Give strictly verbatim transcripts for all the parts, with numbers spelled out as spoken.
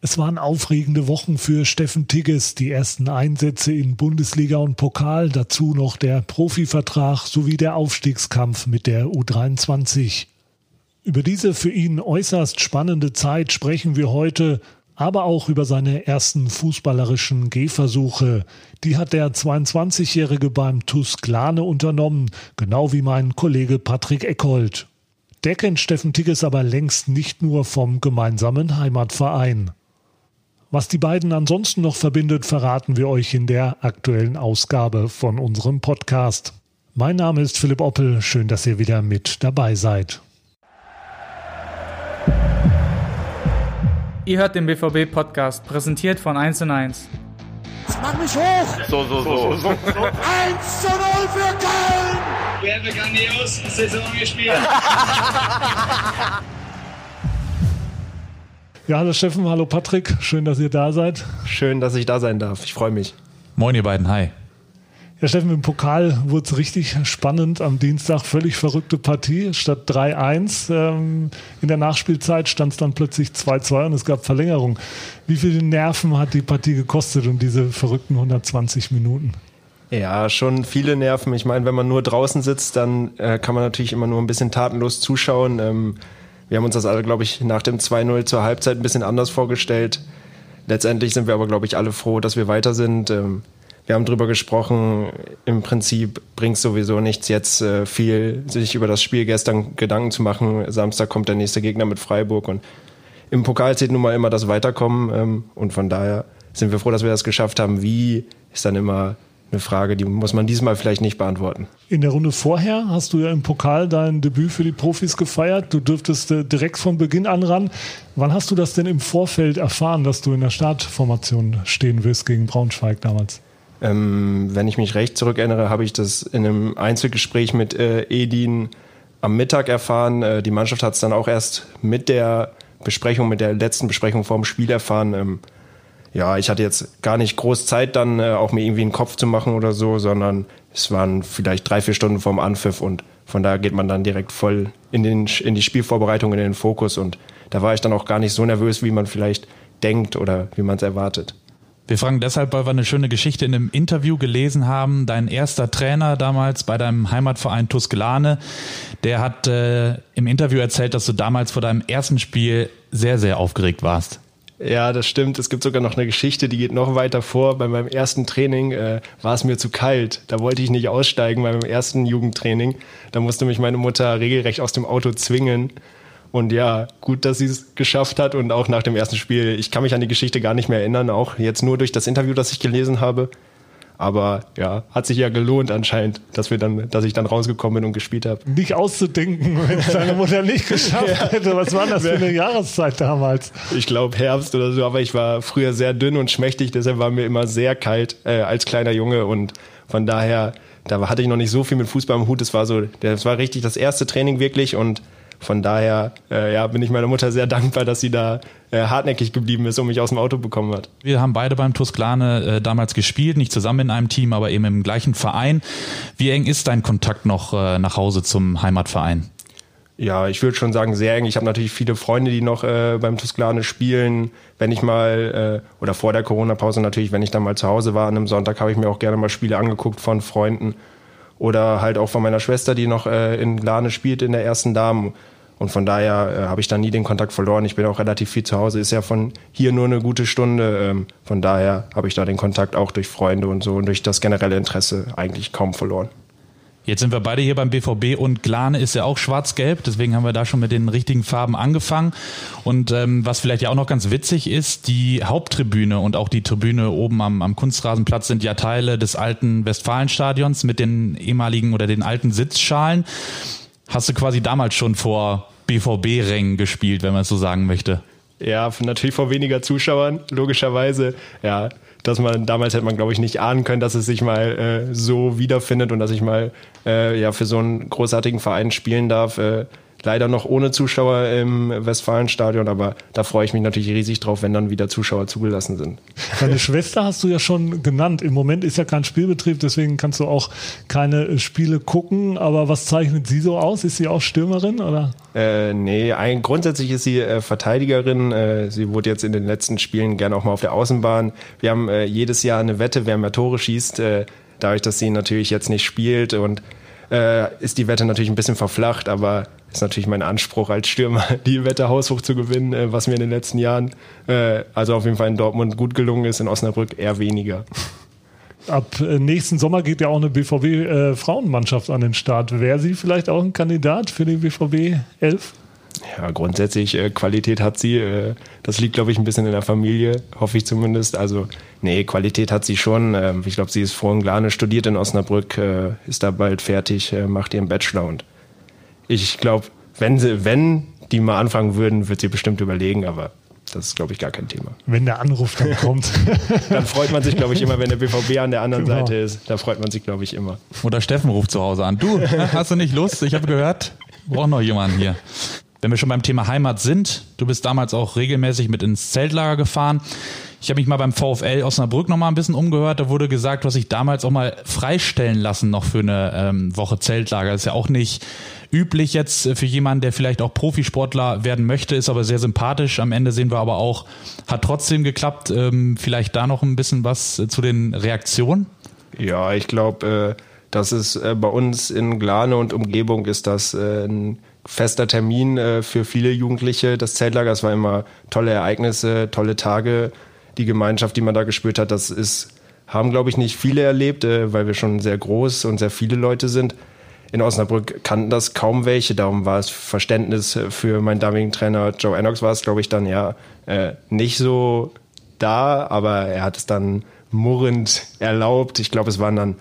Es waren aufregende Wochen für Steffen Tigges, die ersten Einsätze in Bundesliga und Pokal, dazu noch der Profivertrag sowie der Aufstiegskampf mit der U dreiundzwanzig. Über diese für ihn äußerst spannende Zeit sprechen wir heute, aber auch über seine ersten fußballerischen Gehversuche. Die hat der zweiundzwanzigjährige beim T U S Glane unternommen, genau wie mein Kollege Patrick Eckhold. Der kennt Steffen Tigges aber längst nicht nur vom gemeinsamen Heimatverein. Was die beiden ansonsten noch verbindet, verraten wir euch in der aktuellen Ausgabe von unserem Podcast. Mein Name ist Philipp Oppel, schön, dass ihr wieder mit dabei seid. Ihr hört den B V B-Podcast, präsentiert von eins und eins. Mach mich hoch! So, so, so. so, so. eins zu null für Köln! Wir haben eine grandiose Saison gespielt. Ja, hallo Steffen, hallo Patrick, schön, dass ihr da seid. Schön, dass ich da sein darf, ich freue mich. Moin ihr beiden, hi. Ja, Steffen, im Pokal wurde es richtig spannend am Dienstag, völlig verrückte Partie, statt drei eins. Ähm, in der Nachspielzeit stand es dann plötzlich zwei zwei und es gab Verlängerung. Wie viele Nerven hat die Partie gekostet und diese verrückten hundertzwanzig Minuten? Ja, schon viele Nerven. Ich meine, wenn man nur draußen sitzt, dann äh, kann man natürlich immer nur ein bisschen tatenlos zuschauen. Ähm, Wir haben uns das alle, glaube ich, nach dem zwei null zur Halbzeit ein bisschen anders vorgestellt. Letztendlich sind wir aber, glaube ich, alle froh, dass wir weiter sind. Wir haben drüber gesprochen, im Prinzip bringt es sowieso nichts, jetzt viel sich über das Spiel gestern Gedanken zu machen. Samstag kommt der nächste Gegner mit Freiburg und im Pokal zählt nun mal immer das Weiterkommen. Und von daher sind wir froh, dass wir das geschafft haben. Wie ist dann immer eine Frage, die muss man diesmal vielleicht nicht beantworten. In der Runde vorher hast du ja im Pokal dein Debüt für die Profis gefeiert. Du dürftest äh, direkt von Beginn an ran. Wann hast du das denn im Vorfeld erfahren, dass du in der Startformation stehen wirst gegen Braunschweig damals? Ähm, wenn ich mich recht zurückerinnere, habe ich das in einem Einzelgespräch mit äh, Edin am Mittag erfahren. Äh, die Mannschaft hat es dann auch erst mit der Besprechung, mit der letzten Besprechung vor dem Spiel erfahren. Ähm, Ja, ich hatte jetzt gar nicht groß Zeit, dann äh, auch mir irgendwie einen Kopf zu machen oder so, sondern es waren vielleicht drei, vier Stunden vorm Anpfiff und von daher geht man dann direkt voll in, den, in die Spielvorbereitung, in den Fokus und da war ich dann auch gar nicht so nervös, wie man vielleicht denkt oder wie man es erwartet. Wir fragen deshalb, weil wir eine schöne Geschichte in einem Interview gelesen haben. Dein erster Trainer damals bei deinem Heimatverein T U S Glane, der hat äh, im Interview erzählt, dass du damals vor deinem ersten Spiel sehr, sehr aufgeregt warst. Ja, das stimmt. Es gibt sogar noch eine Geschichte, die geht noch weiter vor. Bei meinem ersten Training äh, war es mir zu kalt. Da wollte ich nicht aussteigen bei meinem ersten Jugendtraining. Da musste mich meine Mutter regelrecht aus dem Auto zwingen. Und ja, gut, dass sie es geschafft hat. Und auch nach dem ersten Spiel, ich kann mich an die Geschichte gar nicht mehr erinnern, auch jetzt nur durch das Interview, das ich gelesen habe. Aber ja, hat sich ja gelohnt anscheinend, dass wir dann, dass ich dann rausgekommen bin und gespielt habe. Nicht auszudenken, wenn es deine Mutter nicht geschafft ja. hätte. Was war das für eine Jahreszeit damals? Ich glaube Herbst oder so, aber ich war früher sehr dünn und schmächtig, deshalb war mir immer sehr kalt äh, als kleiner Junge und von daher, da hatte ich noch nicht so viel mit Fußball im Hut. Das war so, das war richtig das erste Training wirklich und von daher äh, ja, bin ich meiner Mutter sehr dankbar, dass sie da äh, hartnäckig geblieben ist und mich aus dem Auto bekommen hat. Wir haben beide beim T U S Glane äh, damals gespielt, nicht zusammen in einem Team, aber eben im gleichen Verein. Wie eng ist dein Kontakt noch äh, nach Hause zum Heimatverein? Ja, ich würde schon sagen, sehr eng. Ich habe natürlich viele Freunde, die noch äh, beim T U S Glane spielen. Wenn ich mal, äh, oder vor der Corona-Pause natürlich, wenn ich dann mal zu Hause war an einem Sonntag, habe ich mir auch gerne mal Spiele angeguckt von Freunden. Oder halt auch von meiner Schwester, die noch äh, in Glane spielt in der ersten Damen. Und von daher äh, habe ich da nie den Kontakt verloren. Ich bin auch relativ viel zu Hause, ist ja von hier nur eine gute Stunde. Ähm, von daher habe ich da den Kontakt auch durch Freunde und so und durch das generelle Interesse eigentlich kaum verloren. Jetzt sind wir beide hier beim B V B und Glane ist ja auch schwarz-gelb, deswegen haben wir da schon mit den richtigen Farben angefangen. Und ähm, was vielleicht ja auch noch ganz witzig ist, die Haupttribüne und auch die Tribüne oben am, am Kunstrasenplatz sind ja Teile des alten Westfalenstadions mit den ehemaligen oder den alten Sitzschalen. Hast du quasi damals schon vor B V B-Rängen gespielt, wenn man es so sagen möchte? Ja, natürlich vor weniger Zuschauern, logischerweise. Ja, dass man damals hätte man, glaube ich, nicht ahnen können, dass es sich mal äh, so wiederfindet und dass ich mal äh, ja für so einen großartigen Verein spielen darf. Äh, leider noch ohne Zuschauer im Westfalenstadion, aber da freue ich mich natürlich riesig drauf, wenn dann wieder Zuschauer zugelassen sind. Deine Schwester hast du ja schon genannt. Im Moment ist ja kein Spielbetrieb, deswegen kannst du auch keine Spiele gucken. Aber was zeichnet sie so aus? Ist sie auch Stürmerin, oder? Äh, nee, ein, grundsätzlich ist sie äh, Verteidigerin. Äh, sie wurde jetzt in den letzten Spielen gerne auch mal auf der Außenbahn. Wir haben äh, jedes Jahr eine Wette, wer mehr Tore schießt. Äh, dadurch, dass sie natürlich jetzt nicht spielt und äh, ist die Wette natürlich ein bisschen verflacht, aber ist natürlich mein Anspruch als Stürmer, die Wette haushoch zu gewinnen, äh, was mir in den letzten Jahren äh, also auf jeden Fall in Dortmund gut gelungen ist, in Osnabrück eher weniger. Ab äh, nächsten Sommer geht ja auch eine B V B-Frauenmannschaft äh, an den Start. Wäre sie vielleicht auch ein Kandidat für die B V B elf? Ja, grundsätzlich äh, Qualität hat sie. Äh, das liegt, glaube ich, ein bisschen in der Familie, hoffe ich zumindest. Also, nee, Qualität hat sie schon. Äh, ich glaube, sie ist vor in Glane, studiert in Osnabrück, äh, ist da bald fertig, äh, macht ihren Bachelor. Und ich glaube, wenn sie, wenn die mal anfangen würden, wird sie bestimmt überlegen, aber das ist, glaube ich, gar kein Thema. Wenn der Anruf dann kommt. Dann freut man sich, glaube ich, immer, wenn der B V B an der anderen Genau. Seite ist. Da freut man sich, glaube ich, immer. Oder Steffen ruft zu Hause an. Du, hast du nicht Lust? Ich habe gehört, wir brauchen noch jemanden hier. Wenn wir schon beim Thema Heimat sind, du bist damals auch regelmäßig mit ins Zeltlager gefahren. Ich habe mich mal beim VfL Osnabrück noch mal ein bisschen umgehört. Da wurde gesagt, du hast dich damals auch mal freistellen lassen noch für eine ähm, Woche Zeltlager. Das ist ja auch nicht üblich jetzt für jemanden, der vielleicht auch Profisportler werden möchte, ist aber sehr sympathisch. Am Ende sehen wir aber auch, hat trotzdem geklappt. Ähm, vielleicht da noch ein bisschen was äh, zu den Reaktionen? Ja, ich glaube, äh, das ist äh, bei uns in Glane und Umgebung ist das äh, ein fester Termin äh, für viele Jugendliche. Das Zeltlager, das war immer tolle Ereignisse, tolle Tage. Die Gemeinschaft, die man da gespürt hat, das ist, haben, glaube ich, nicht viele erlebt, äh, weil wir schon sehr groß und sehr viele Leute sind. In Osnabrück kannten das kaum welche, darum war es Verständnis für meinen damaligen Trainer Joe Ennox war es, glaube ich, dann ja äh, nicht so da, aber er hat es dann murrend erlaubt. Ich glaube, es waren dann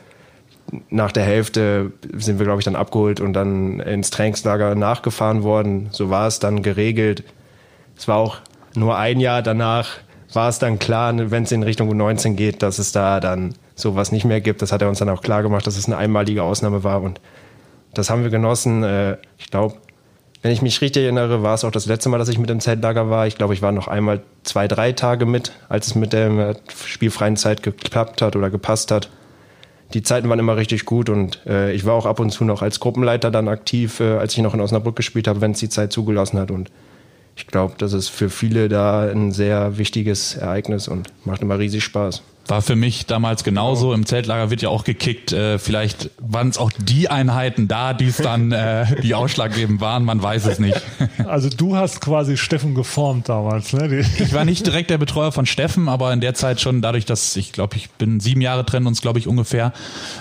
nach der Hälfte sind wir, glaube ich, dann abgeholt und dann ins Trainingslager nachgefahren worden. So war es dann geregelt. Es war auch nur ein Jahr danach, war es dann klar, wenn es in Richtung U neunzehn geht, dass es da dann sowas nicht mehr gibt. Das hat er uns dann auch klar gemacht, dass es eine einmalige Ausnahme war und das haben wir genossen. Ich glaube, wenn ich mich richtig erinnere, war es auch das letzte Mal, dass ich mit im Zeltlager war. Ich glaube, ich war noch einmal zwei, drei Tage mit, als es mit der spielfreien Zeit geklappt hat oder gepasst hat. Die Zeiten waren immer richtig gut und äh, ich war auch ab und zu noch als Gruppenleiter dann aktiv, äh, als ich noch in Osnabrück gespielt habe, wenn es die Zeit zugelassen hat. Und ich glaube, das ist für viele da ein sehr wichtiges Ereignis und macht immer riesig Spaß. War für mich damals genauso. Im Zeltlager wird ja auch gekickt. Äh, vielleicht waren es auch die Einheiten da, die es dann äh, die ausschlaggebend waren. Man weiß es nicht. Also du hast quasi Steffen geformt damals, ne? Die Ich war nicht direkt der Betreuer von Steffen, aber in der Zeit schon dadurch, dass ich glaube, ich bin sieben Jahre trennen uns, glaube ich, ungefähr.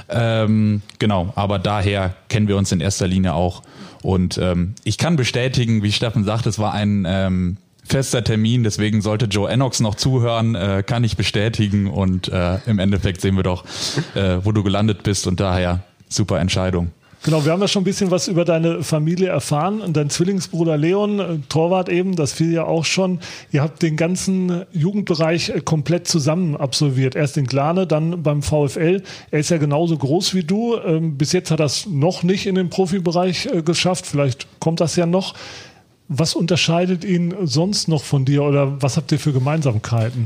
Ähm, genau, aber daher kennen wir uns in erster Linie auch. Und ähm, ich kann bestätigen, wie Steffen sagt, es war ein ähm, fester Termin, deswegen sollte Joe Ennox noch zuhören, äh, kann ich bestätigen und äh, im Endeffekt sehen wir doch, äh, wo du gelandet bist und daher super Entscheidung. Genau, wir haben ja schon ein bisschen was über deine Familie erfahren und dein Zwillingsbruder Leon, äh, Torwart eben, das fiel ja auch schon. Ihr habt den ganzen Jugendbereich äh, komplett zusammen absolviert. Erst in Glane, dann beim VfL. Er ist ja genauso groß wie du. Ähm, bis jetzt hat er es noch nicht in den Profibereich äh, geschafft. Vielleicht kommt das ja noch. Was unterscheidet ihn sonst noch von dir oder was habt ihr für Gemeinsamkeiten?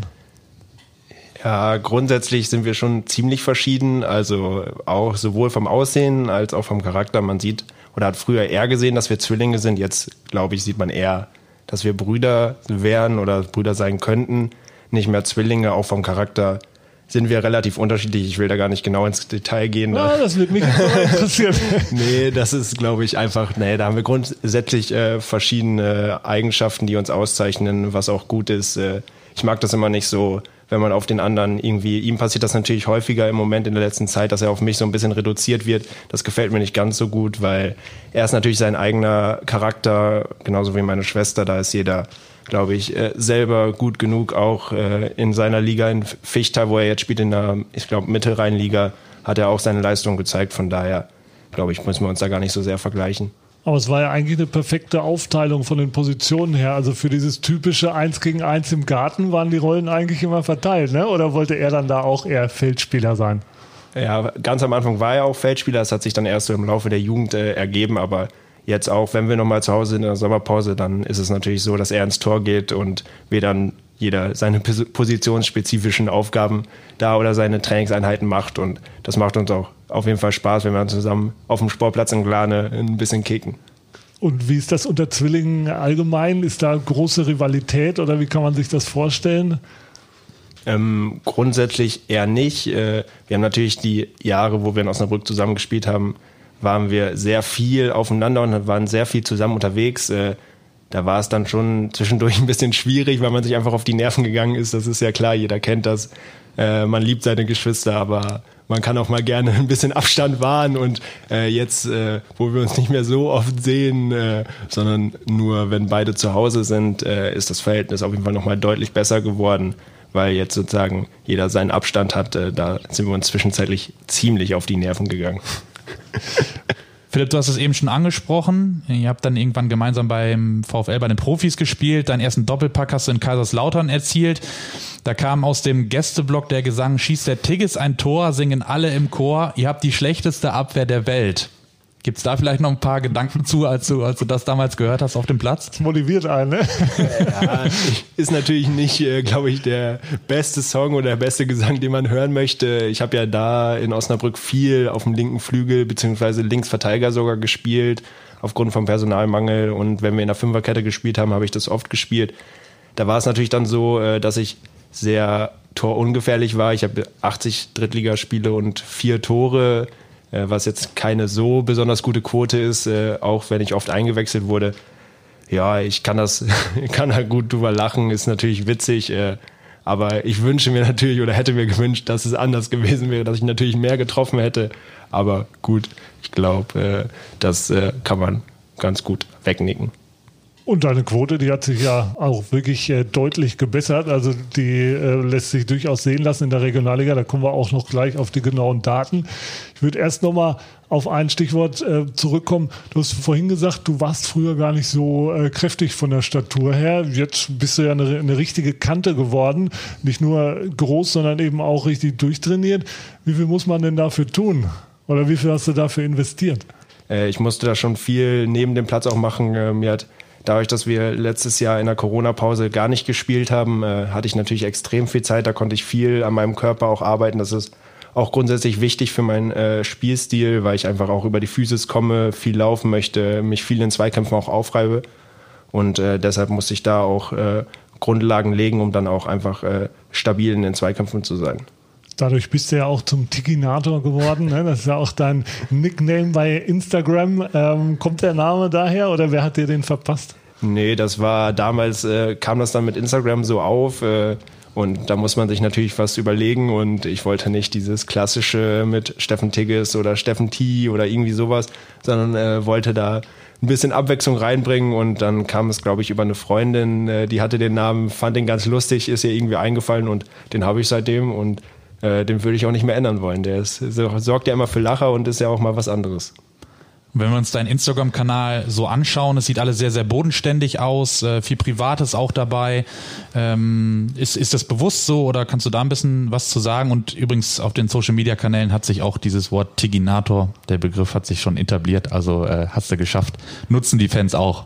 Ja, grundsätzlich sind wir schon ziemlich verschieden, also auch sowohl vom Aussehen als auch vom Charakter. Man sieht oder hat früher eher gesehen, dass wir Zwillinge sind. Jetzt, glaube ich, sieht man eher, dass wir Brüder wären oder Brüder sein könnten. Nicht mehr Zwillinge, auch vom Charakter sind wir relativ unterschiedlich. Ich will da gar nicht genau ins Detail gehen. Ja, das wird mich interessieren. Nee, das ist, glaube ich, einfach, nee, da haben wir grundsätzlich äh, verschiedene Eigenschaften, die uns auszeichnen, was auch gut ist. Äh, ich mag das immer nicht so, wenn man auf den anderen irgendwie, ihm passiert das natürlich häufiger im Moment in der letzten Zeit, dass er auf mich so ein bisschen reduziert wird. Das gefällt mir nicht ganz so gut, weil er ist natürlich sein eigener Charakter, genauso wie meine Schwester, da ist jeder, glaube ich, äh, selber gut genug, auch äh, in seiner Liga in Fichta, wo er jetzt spielt, in der, ich glaube, Mittelrheinliga, hat er auch seine Leistung gezeigt. Von daher, glaube ich, müssen wir uns da gar nicht so sehr vergleichen. Aber es war ja eigentlich eine perfekte Aufteilung von den Positionen her. Also für dieses typische Eins gegen Eins im Garten waren die Rollen eigentlich immer verteilt, ne? Oder wollte er dann da auch eher Feldspieler sein? Ja, ganz am Anfang war er auch Feldspieler. Das hat sich dann erst so im Laufe der Jugend äh, ergeben, aber jetzt auch, wenn wir nochmal zu Hause sind in der Sommerpause, dann ist es natürlich so, dass er ins Tor geht und wir dann jeder seine positionsspezifischen Aufgaben da oder seine Trainingseinheiten macht. Und das macht uns auch auf jeden Fall Spaß, wenn wir zusammen auf dem Sportplatz in Glane ein bisschen kicken. Und wie ist das unter Zwillingen allgemein? Ist da große Rivalität oder wie kann man sich das vorstellen? Ähm, grundsätzlich eher nicht. Äh, wir haben natürlich die Jahre, wo wir in Osnabrück zusammen gespielt haben, waren wir sehr viel aufeinander und waren sehr viel zusammen unterwegs. Äh, da war es dann schon zwischendurch ein bisschen schwierig, weil man sich einfach auf die Nerven gegangen ist. Das ist ja klar, jeder kennt das. Äh, man liebt seine Geschwister, aber man kann auch mal gerne ein bisschen Abstand wahren. Und äh, jetzt, äh, wo wir uns nicht mehr so oft sehen, äh, sondern nur wenn beide zu Hause sind, äh, ist das Verhältnis auf jeden Fall nochmal deutlich besser geworden, weil jetzt sozusagen jeder seinen Abstand hat. Äh, da sind wir uns zwischenzeitlich ziemlich auf die Nerven gegangen. Philipp, du hast es eben schon angesprochen. Ihr habt dann irgendwann gemeinsam beim VfL bei den Profis gespielt. Deinen ersten Doppelpack hast du in Kaiserslautern erzielt. Da kam aus dem Gästeblock der Gesang: Schießt der Tigges ein Tor, singen alle im Chor. Ihr habt die schlechteste Abwehr der Welt. Gibt es da vielleicht noch ein paar Gedanken zu, als du, als du das damals gehört hast auf dem Platz? Das motiviert einen, ne? Ja, ist natürlich nicht, äh, glaube ich, der beste Song oder der beste Gesang, den man hören möchte. Ich habe ja da in Osnabrück viel auf dem linken Flügel beziehungsweise Linksverteidiger sogar gespielt, aufgrund vom Personalmangel. Und wenn wir in der Fünferkette gespielt haben, habe ich das oft gespielt. Da war es natürlich dann so, äh, dass ich sehr torungefährlich war. Ich habe achtzig Drittligaspiele und vier Tore, was jetzt keine so besonders gute Quote ist, äh, auch wenn ich oft eingewechselt wurde. Ja, ich kann das, kann da gut drüber lachen, ist natürlich witzig, äh, aber ich wünsche mir natürlich oder hätte mir gewünscht, dass es anders gewesen wäre, dass ich natürlich mehr getroffen hätte. Aber gut, ich glaube, äh, das äh, kann man ganz gut wegnicken. Und deine Quote, die hat sich ja auch wirklich äh, deutlich gebessert. Also die äh, lässt sich durchaus sehen lassen in der Regionalliga. Da kommen wir auch noch gleich auf die genauen Daten. Ich würde erst nochmal auf ein Stichwort äh, zurückkommen. Du hast vorhin gesagt, du warst früher gar nicht so äh, kräftig von der Statur her. Jetzt bist du ja eine, eine richtige Kante geworden. Nicht nur groß, sondern eben auch richtig durchtrainiert. Wie viel muss man denn dafür tun? Oder wie viel hast du dafür investiert? Äh, ich musste da schon viel neben dem Platz auch machen. Äh, mir hat Dadurch, dass wir letztes Jahr in der Corona-Pause gar nicht gespielt haben, äh, hatte ich natürlich extrem viel Zeit. Da konnte ich viel an meinem Körper auch arbeiten. Das ist auch grundsätzlich wichtig für meinen äh, Spielstil, weil ich einfach auch über die Physis komme, viel laufen möchte, mich viel in Zweikämpfen auch aufreibe. Und äh, deshalb musste ich da auch äh, Grundlagen legen, um dann auch einfach äh, stabil in den Zweikämpfen zu sein. Dadurch bist du ja auch zum Tiginator geworden. Ne? Das ist ja auch dein Nickname bei Instagram. Ähm, kommt der Name daher oder wer hat dir den verpasst? Nee, das war damals, äh, kam das dann mit Instagram so auf äh, und da muss man sich natürlich was überlegen und ich wollte nicht dieses klassische mit Steffen Tigges oder Steffen T oder irgendwie sowas, sondern äh, wollte da ein bisschen Abwechslung reinbringen und dann kam es, glaube ich, über eine Freundin, äh, die hatte den Namen, fand den ganz lustig, ist ihr irgendwie eingefallen und den habe ich seitdem und den würde ich auch nicht mehr ändern wollen. Der ist, sorgt ja immer für Lacher und ist ja auch mal was anderes. Wenn wir uns deinen Instagram-Kanal so anschauen, es sieht alles sehr, sehr bodenständig aus, äh, viel Privates auch dabei. Ähm, ist, ist das bewusst so oder kannst du da ein bisschen was zu sagen? Und übrigens auf den Social-Media-Kanälen hat sich auch dieses Wort Tiginator, der Begriff hat sich schon etabliert, also äh, hast du geschafft. Nutzen die Fans auch?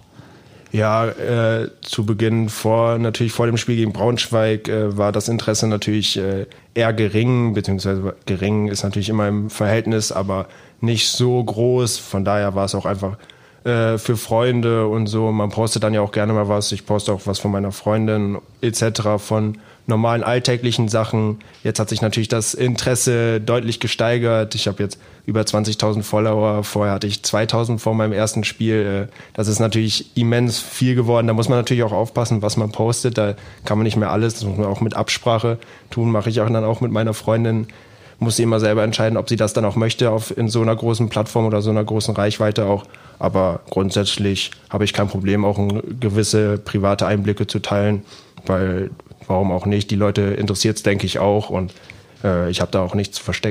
Ja, äh, zu Beginn vor natürlich vor dem Spiel gegen Braunschweig äh, war das Interesse natürlich äh, eher gering, beziehungsweise gering ist natürlich immer im Verhältnis, aber nicht so groß. Von daher war es auch einfach äh, für Freunde und so. Man postet dann ja auch gerne mal was. Ich poste auch was von meiner Freundin et cetera, von normalen alltäglichen Sachen. Jetzt hat sich natürlich das Interesse deutlich gesteigert. Ich habe jetzt über zwanzigtausend Follower. Vorher hatte ich zweitausend vor meinem ersten Spiel. Das ist natürlich immens viel geworden. Da muss man natürlich auch aufpassen, was man postet. Da kann man nicht mehr alles. Das muss man auch mit Absprache tun. Mache ich auch dann auch mit meiner Freundin. Muss sie immer selber entscheiden, ob sie das dann auch möchte auf in so einer großen Plattform oder so einer großen Reichweite auch. Aber grundsätzlich habe ich kein Problem, auch gewisse private Einblicke zu teilen, weil warum auch nicht? Die Leute interessiert es, denke ich, auch und äh, ich habe da auch nichts zu verstecken.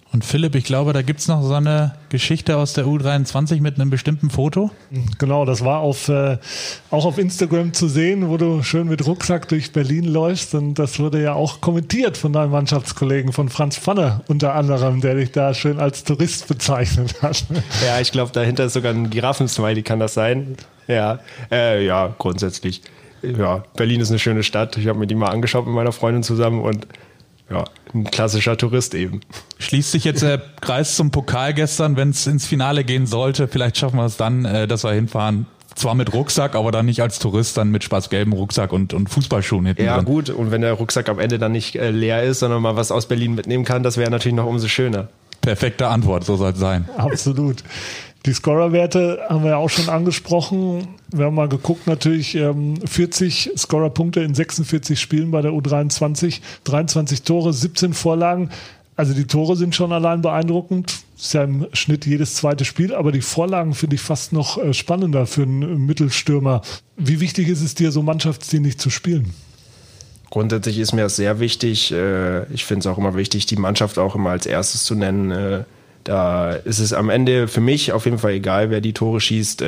Und Philipp, ich glaube, da gibt's noch so eine Geschichte aus der U dreiundzwanzig mit einem bestimmten Foto. Genau, das war auf, äh, auch auf Instagram zu sehen, wo du schön mit Rucksack durch Berlin läufst. Und das wurde ja auch kommentiert von deinem Mannschaftskollegen, von Franz Pfanne unter anderem, der dich da schön als Tourist bezeichnet hat. Ja, ich glaube, dahinter ist sogar ein Giraffensmiley, kann das sein? Ja, äh, ja, grundsätzlich. Ja, Berlin ist eine schöne Stadt. Ich habe mir die mal angeschaut mit meiner Freundin zusammen und ja, ein klassischer Tourist eben. Schließt sich jetzt der Kreis zum Pokal gestern, wenn es ins Finale gehen sollte. Vielleicht schaffen wir es dann, äh, dass wir hinfahren. Zwar mit Rucksack, aber dann nicht als Tourist, dann mit schwarz-gelbem Rucksack und, und Fußballschuhen hinten Ja drin. Gut, und wenn der Rucksack am Ende dann nicht äh, leer ist, sondern mal was aus Berlin mitnehmen kann, das wäre natürlich noch umso schöner. Perfekte Antwort, so soll es sein. Absolut. Die Scorerwerte haben wir ja auch schon angesprochen. Wir haben mal geguckt, natürlich ähm, vierzig Scorerpunkte in sechsundvierzig Spielen bei der U dreiundzwanzig, dreiundzwanzig Tore, siebzehn Vorlagen. Also die Tore sind schon allein beeindruckend. Ist ja im Schnitt jedes zweite Spiel, aber die Vorlagen finde ich fast noch äh, spannender für einen Mittelstürmer. Wie wichtig ist es dir, so mannschaftsdienlich zu spielen? Grundsätzlich ist mir das sehr wichtig. Ich finde es auch immer wichtig, die Mannschaft auch immer als erstes zu nennen. Da ist es am Ende für mich auf jeden Fall egal, wer die Tore schießt.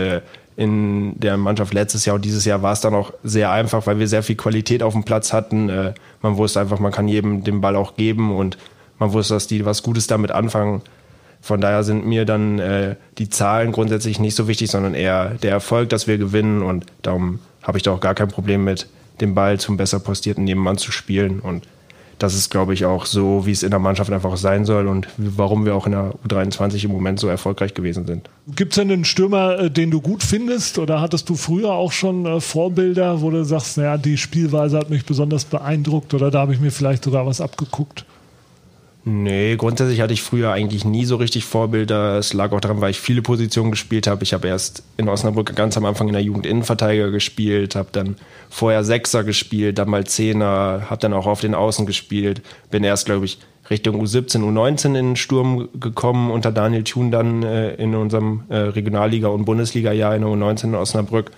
In der Mannschaft letztes Jahr und dieses Jahr war es dann auch sehr einfach, weil wir sehr viel Qualität auf dem Platz hatten. Man wusste einfach, man kann jedem den Ball auch geben und man wusste, dass die was Gutes damit anfangen. Von daher sind mir dann äh, die Zahlen grundsätzlich nicht so wichtig, sondern eher der Erfolg, dass wir gewinnen. Und darum habe ich da auch gar kein Problem mit, den Ball zum besser postierten Nebenmann zu spielen. Und das ist, glaube ich, auch so, wie es in der Mannschaft einfach sein soll und warum wir auch in der U dreiundzwanzig im Moment so erfolgreich gewesen sind. Gibt es denn einen Stürmer, den du gut findest? Oder hattest du früher auch schon äh, Vorbilder, wo du sagst, naja, die Spielweise hat mich besonders beeindruckt oder da habe ich mir vielleicht sogar was abgeguckt? Nee, grundsätzlich hatte ich früher eigentlich nie so richtig Vorbilder. Es lag auch daran, weil ich viele Positionen gespielt habe. Ich habe erst in Osnabrück ganz am Anfang in der Jugend Innenverteidiger gespielt, habe dann vorher Sechser gespielt, dann mal Zehner, habe dann auch auf den Außen gespielt. Bin erst, glaube ich, Richtung U siebzehn, U neunzehn in den Sturm gekommen, unter Daniel Thun dann äh, in unserem äh, Regionalliga- und Bundesliga-Jahr in der U neunzehn in Osnabrück.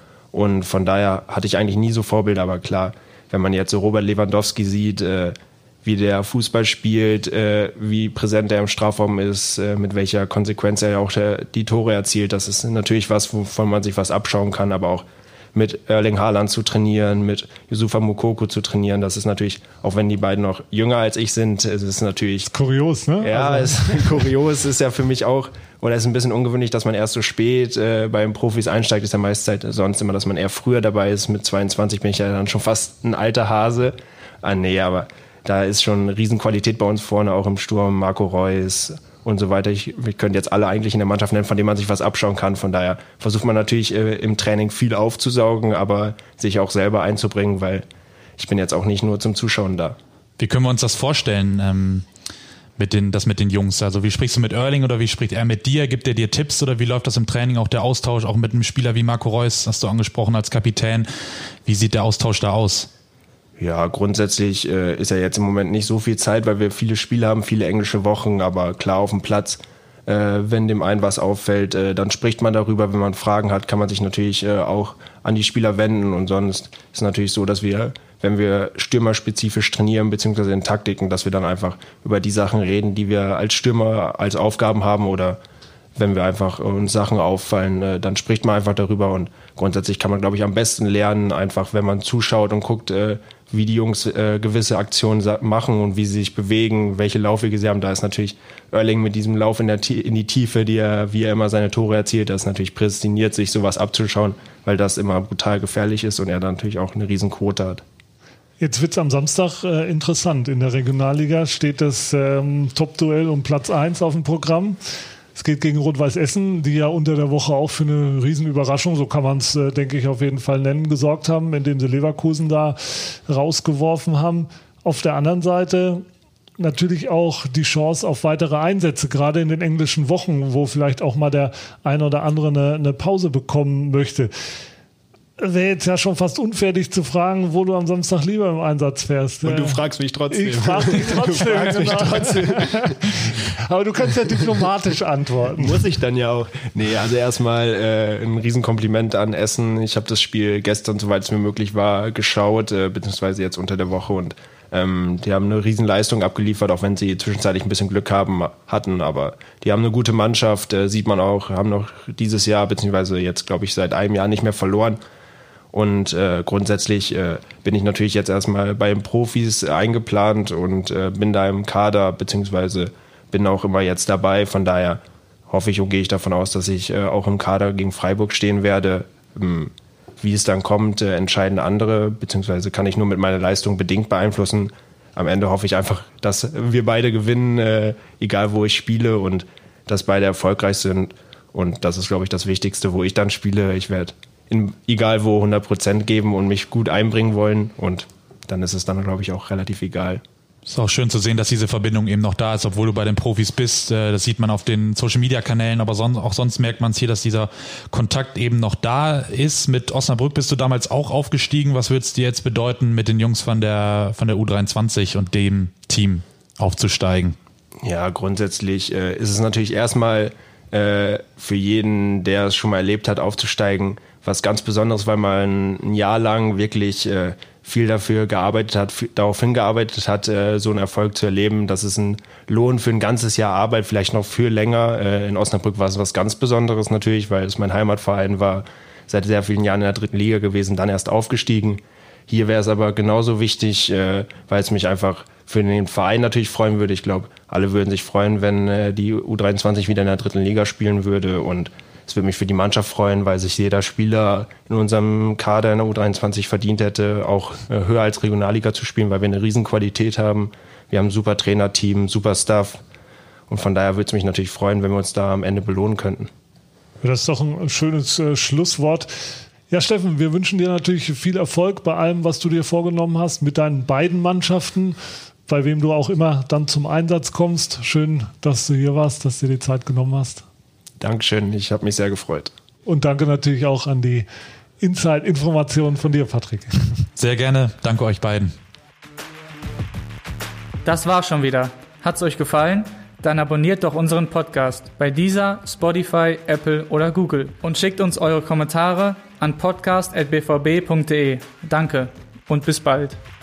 Und von daher hatte ich eigentlich nie so Vorbilder. Aber klar, wenn man jetzt so Robert Lewandowski sieht, äh, wie der Fußball spielt, äh, wie präsent er im Strafraum ist, äh, mit welcher Konsequenz er auch der, die Tore erzielt. Das ist natürlich was, wovon man sich was abschauen kann, aber auch mit Erling Haaland zu trainieren, mit Youssoufa Moukoko zu trainieren, das ist natürlich, auch wenn die beiden noch jünger als ich sind, es ist natürlich... Kurios, ne? Ja, also. ist kurios, ist ja für mich auch, oder ist ein bisschen ungewöhnlich, dass man erst so spät äh, bei den Profis einsteigt, ist ja meist sonst immer, dass man eher früher dabei ist. Mit zweiundzwanzig bin ich ja dann schon fast ein alter Hase. Ah nee, aber... Da ist schon eine Riesenqualität bei uns vorne, auch im Sturm, Marco Reus und so weiter. Ich, ich könnte jetzt alle eigentlich in der Mannschaft nennen, von denen man sich was abschauen kann. Von daher versucht man natürlich äh, im Training viel aufzusaugen, aber sich auch selber einzubringen, weil ich bin jetzt auch nicht nur zum Zuschauen da. Wie können wir uns das vorstellen, ähm, mit den, das mit den Jungs? Also wie sprichst du mit Erling oder wie spricht er mit dir? Gibt er dir Tipps oder wie läuft das im Training? Auch der Austausch, auch mit einem Spieler wie Marco Reus, hast du angesprochen als Kapitän. Wie sieht der Austausch da aus? Ja, grundsätzlich äh, ist ja jetzt im Moment nicht so viel Zeit, weil wir viele Spiele haben, viele englische Wochen, aber klar auf dem Platz, äh, wenn dem einen was auffällt, äh, dann spricht man darüber. Wenn man Fragen hat, kann man sich natürlich äh, auch an die Spieler wenden und sonst ist es natürlich so, dass wir, wenn wir stürmerspezifisch trainieren, beziehungsweise in Taktiken, dass wir dann einfach über die Sachen reden, die wir als Stürmer als Aufgaben haben oder wenn wir einfach uns Sachen auffallen, äh, dann spricht man einfach darüber und grundsätzlich kann man, glaube ich, am besten lernen, einfach wenn man zuschaut und guckt, äh, wie die Jungs äh, gewisse Aktionen sa- machen und wie sie sich bewegen, welche Laufwege sie haben. Da ist natürlich Erling mit diesem Lauf in, der T- in die Tiefe, die er, wie er immer seine Tore erzielt, das ist natürlich prädestiniert, sich sowas abzuschauen, weil das immer brutal gefährlich ist und er dann natürlich auch eine Riesenquote hat. Jetzt wird es am Samstag äh, interessant. In der Regionalliga steht das ähm, Top-Duell um Platz eins auf dem Programm. Es geht gegen Rot-Weiß Essen, die ja unter der Woche auch für eine Riesenüberraschung, so kann man es, äh, denke ich, auf jeden Fall nennen, gesorgt haben, indem sie Leverkusen da rausgeworfen haben. Auf der anderen Seite natürlich auch die Chance auf weitere Einsätze, gerade in den englischen Wochen, wo vielleicht auch mal der ein oder andere eine, eine Pause bekommen möchte. Wäre jetzt ja schon fast unfair, zu fragen, wo du am Samstag lieber im Einsatz fährst. Und du fragst mich trotzdem. Ich frage dich trotzdem. Du fragst mich trotzdem. Aber du kannst ja diplomatisch antworten. Muss ich dann ja auch. Nee, also erstmal äh, ein Riesenkompliment an Essen. Ich habe das Spiel gestern, soweit es mir möglich war, geschaut, äh, beziehungsweise jetzt unter der Woche und Ähm, die haben eine Riesenleistung abgeliefert, auch wenn sie zwischenzeitlich ein bisschen Glück haben, hatten. Aber die haben eine gute Mannschaft, äh, sieht man auch, haben noch dieses Jahr, beziehungsweise jetzt, glaube ich, seit einem Jahr nicht mehr verloren. Und äh, grundsätzlich äh, bin ich natürlich jetzt erstmal bei den Profis eingeplant und äh, bin da im Kader, beziehungsweise bin auch immer jetzt dabei. Von daher hoffe ich und gehe ich davon aus, dass ich äh, auch im Kader gegen Freiburg stehen werde. Ähm, wie es dann kommt, äh, entscheiden andere, beziehungsweise kann ich nur mit meiner Leistung bedingt beeinflussen. Am Ende hoffe ich einfach, dass wir beide gewinnen, äh, egal wo ich spiele und dass beide erfolgreich sind. Und das ist, glaube ich, das Wichtigste, wo ich dann spiele. Ich werde in, egal wo, hundert Prozent geben und mich gut einbringen wollen. Und dann ist es dann, glaube ich, auch relativ egal. Ist auch schön zu sehen, dass diese Verbindung eben noch da ist, obwohl du bei den Profis bist. Das sieht man auf den Social-Media-Kanälen, aber sonst, auch sonst merkt man es hier, dass dieser Kontakt eben noch da ist. Mit Osnabrück bist du damals auch aufgestiegen. Was würde es dir jetzt bedeuten, mit den Jungs von der, von der U dreiundzwanzig und dem Team aufzusteigen? Ja, grundsätzlich äh, ist es natürlich erstmal äh, für jeden, der es schon mal erlebt hat, aufzusteigen, was ganz Besonderes, weil man ein Jahr lang wirklich äh, viel dafür gearbeitet hat, f- darauf hingearbeitet hat, äh, so einen Erfolg zu erleben. Das ist ein Lohn für ein ganzes Jahr Arbeit, vielleicht noch für länger. Äh, in Osnabrück war es was ganz Besonderes natürlich, weil es mein Heimatverein war, seit sehr vielen Jahren in der dritten Liga gewesen, dann erst aufgestiegen. Hier wäre es aber genauso wichtig, äh, weil es mich einfach für den Verein natürlich freuen würde. Ich glaube, alle würden sich freuen, wenn äh, die U dreiundzwanzig wieder in der dritten Liga spielen würde, und es würde mich für die Mannschaft freuen, weil sich jeder Spieler in unserem Kader in der U dreiundzwanzig verdient hätte, auch äh, höher als Regionalliga zu spielen, weil wir eine Riesenqualität haben. Wir haben ein super Trainerteam, super Staff, und von daher würde es mich natürlich freuen, wenn wir uns da am Ende belohnen könnten. Das ist doch ein schönes äh, Schlusswort. Ja, Steffen, wir wünschen dir natürlich viel Erfolg bei allem, was du dir vorgenommen hast, mit deinen beiden Mannschaften, bei wem du auch immer dann zum Einsatz kommst. Schön, dass du hier warst, dass du dir die Zeit genommen hast. Dankeschön, ich habe mich sehr gefreut. Und danke natürlich auch an die Inside-Informationen von dir, Patrick. Sehr gerne, danke euch beiden. Das war's schon wieder. Hat's euch gefallen? Dann abonniert doch unseren Podcast bei Deezer, Spotify, Apple oder Google und schickt uns eure Kommentare an podcast at b v b punkt d e. Danke und bis bald.